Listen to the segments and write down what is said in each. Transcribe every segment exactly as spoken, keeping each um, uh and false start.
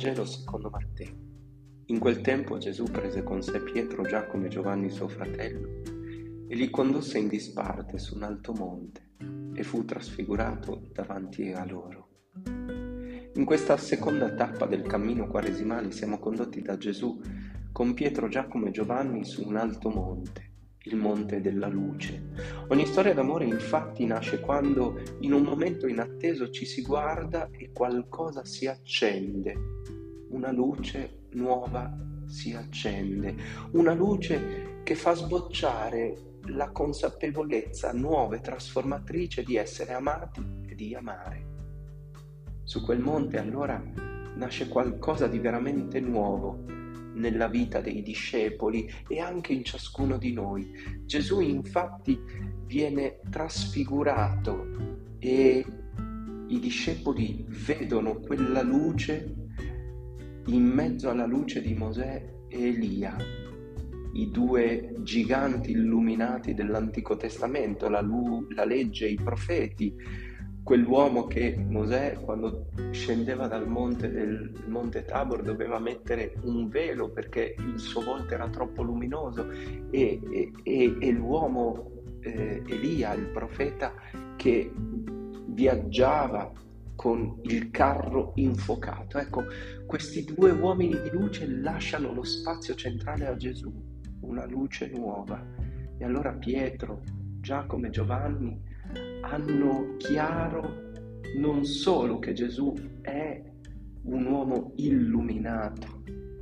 Vangelo secondo Matteo. In quel tempo Gesù prese con sé Pietro, Giacomo e Giovanni suo fratello e li condusse in disparte su un alto monte e fu trasfigurato davanti a loro. In questa seconda tappa del cammino quaresimale siamo condotti da Gesù con Pietro, Giacomo e Giovanni su un alto monte, il monte della luce. Ogni storia d'amore infatti nasce quando in un momento inatteso ci si guarda e qualcosa si accende, una luce nuova si accende, una luce che fa sbocciare la consapevolezza nuova e trasformatrice di essere amati e di amare. Su quel monte allora nasce qualcosa di veramente nuovo nella vita dei discepoli e anche in ciascuno di noi. Gesù infatti viene trasfigurato e i discepoli vedono quella luce in mezzo alla luce di Mosè e Elia, i due giganti illuminati dell'Antico Testamento, la, lu- la legge e i profeti. Quell'uomo che Mosè, quando scendeva dal monte del monte Tabor, doveva mettere un velo perché il suo volto era troppo luminoso, e, e, e, e l'uomo eh, Elia, il profeta, che viaggiava con il carro infuocato. Ecco, questi due uomini di luce lasciano lo spazio centrale a Gesù, una luce nuova. E allora Pietro, Giacomo e Giovanni hanno chiaro non solo che Gesù è un uomo illuminato,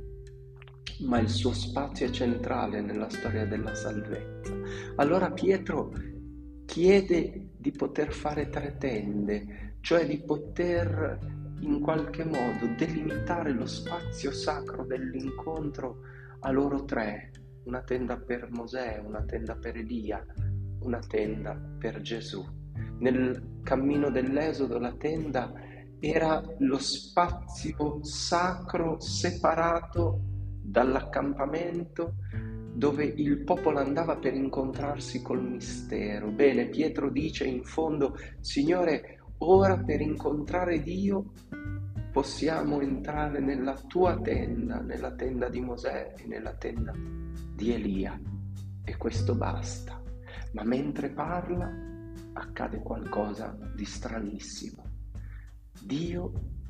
ma il suo spazio è centrale nella storia della salvezza. Allora Pietro chiede di poter fare tre tende, cioè di poter in qualche modo delimitare lo spazio sacro dell'incontro a loro tre, una tenda per Mosè, una tenda per Elia, una tenda per Gesù. Nel cammino dell'Esodo la tenda era lo spazio sacro separato dall'accampamento dove il popolo andava per incontrarsi col mistero. Bene, Pietro dice in fondo: Signore, ora per incontrare Dio possiamo entrare nella tua tenda, nella tenda di Mosè e nella tenda di Elia, e questo basta. Ma mentre parla accade qualcosa di stranissimo. Dio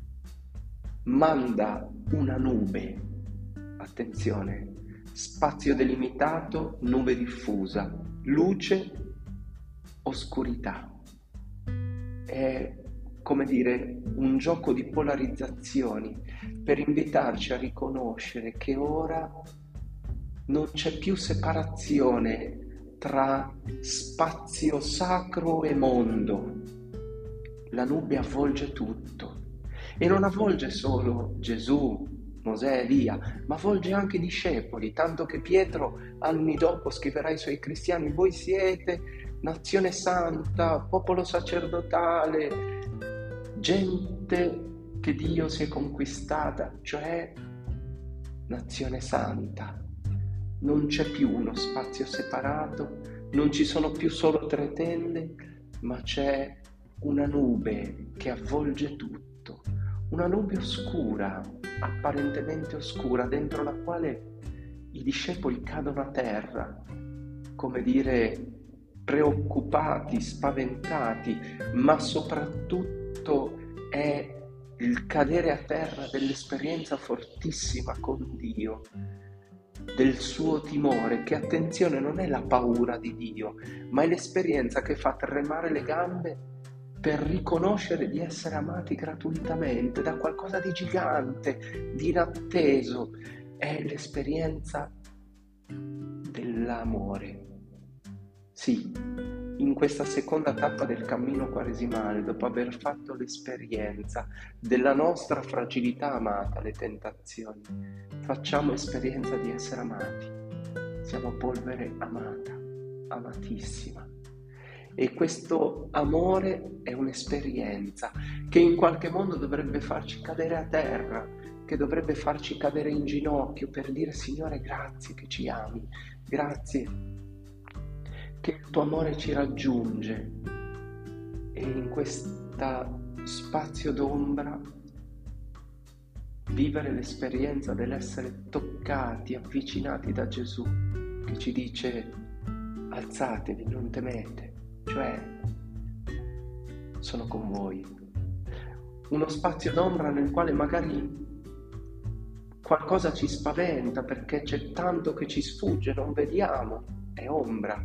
manda una nube, attenzione, spazio delimitato, nube diffusa, luce, oscurità. È, come dire, un gioco di polarizzazioni per invitarci a riconoscere che ora non c'è più separazione tra spazio sacro e mondo. La nube avvolge tutto, e non avvolge solo Gesù, Mosè, Elia, ma avvolge anche i discepoli, tanto che Pietro anni dopo scriverà ai suoi cristiani: voi siete nazione santa, popolo sacerdotale, gente che Dio si è conquistata, cioè nazione santa. Non c'è più uno spazio separato, non ci sono più solo tre tende, ma c'è una nube che avvolge tutto, una nube oscura, apparentemente oscura, dentro la quale i discepoli cadono a terra, come dire, preoccupati, spaventati, ma soprattutto è il cadere a terra dell'esperienza fortissima con Dio, del suo timore, che attenzione non è la paura di Dio, ma è l'esperienza che fa tremare le gambe per riconoscere di essere amati gratuitamente da qualcosa di gigante, di inatteso. È l'esperienza dell'amore. Sì, in questa seconda tappa del cammino quaresimale, dopo aver fatto l'esperienza della nostra fragilità amata, le tentazioni, facciamo esperienza di essere amati. Siamo polvere amata, amatissima. E questo amore è un'esperienza che in qualche modo dovrebbe farci cadere a terra, che dovrebbe farci cadere in ginocchio per dire: Signore, grazie che ci ami, grazie che il tuo amore ci raggiunge. E in questo spazio d'ombra vivere l'esperienza dell'essere toccati, avvicinati da Gesù, che ci dice alzatevi, non temete, cioè sono con voi. Uno spazio d'ombra nel quale magari qualcosa ci spaventa perché c'è tanto che ci sfugge, non vediamo, è ombra.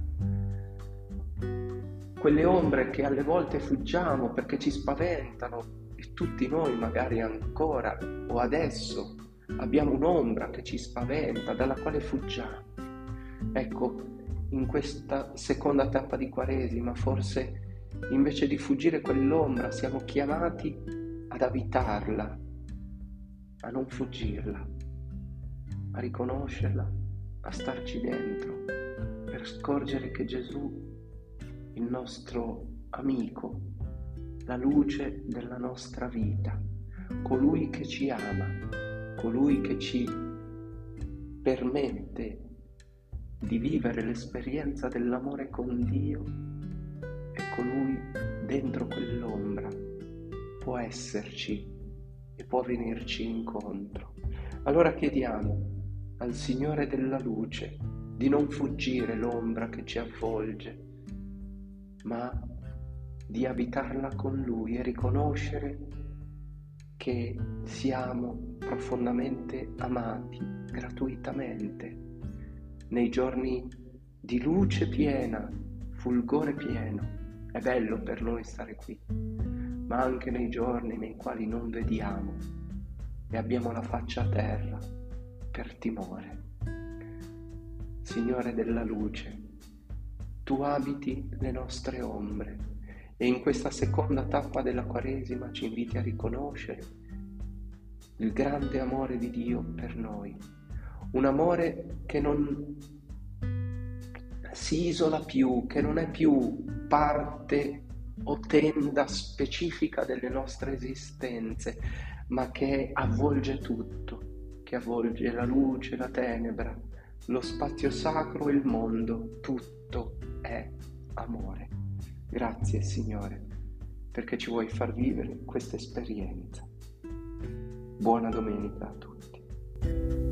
Quelle ombre che alle volte fuggiamo perché ci spaventano, e tutti noi magari ancora o adesso abbiamo un'ombra che ci spaventa, dalla quale fuggiamo. Ecco, in questa seconda tappa di Quaresima forse invece di fuggire quell'ombra siamo chiamati ad abitarla, a non fuggirla, a riconoscerla, a starci dentro, per scorgere che Gesù, il nostro amico, la luce della nostra vita, colui che ci ama, colui che ci permette di vivere l'esperienza dell'amore con Dio, è colui dentro quell'ombra, può esserci e può venirci incontro. Allora chiediamo al Signore della luce di non fuggire l'ombra che ci avvolge, ma di abitarla con Lui e riconoscere che siamo profondamente amati gratuitamente nei giorni di luce piena, fulgore pieno. È bello per noi stare qui, ma anche nei giorni nei quali non vediamo e abbiamo la faccia a terra per timore. Signore della luce, Tu abiti le nostre ombre e in questa seconda tappa della Quaresima ci inviti a riconoscere il grande amore di Dio per noi, un amore che non si isola più, che non è più parte o tenda specifica delle nostre esistenze, ma che avvolge tutto, che avvolge la luce, la tenebra, lo spazio sacro e il mondo, tutto è amore. Grazie Signore, perché ci vuoi far vivere questa esperienza. Buona domenica a tutti.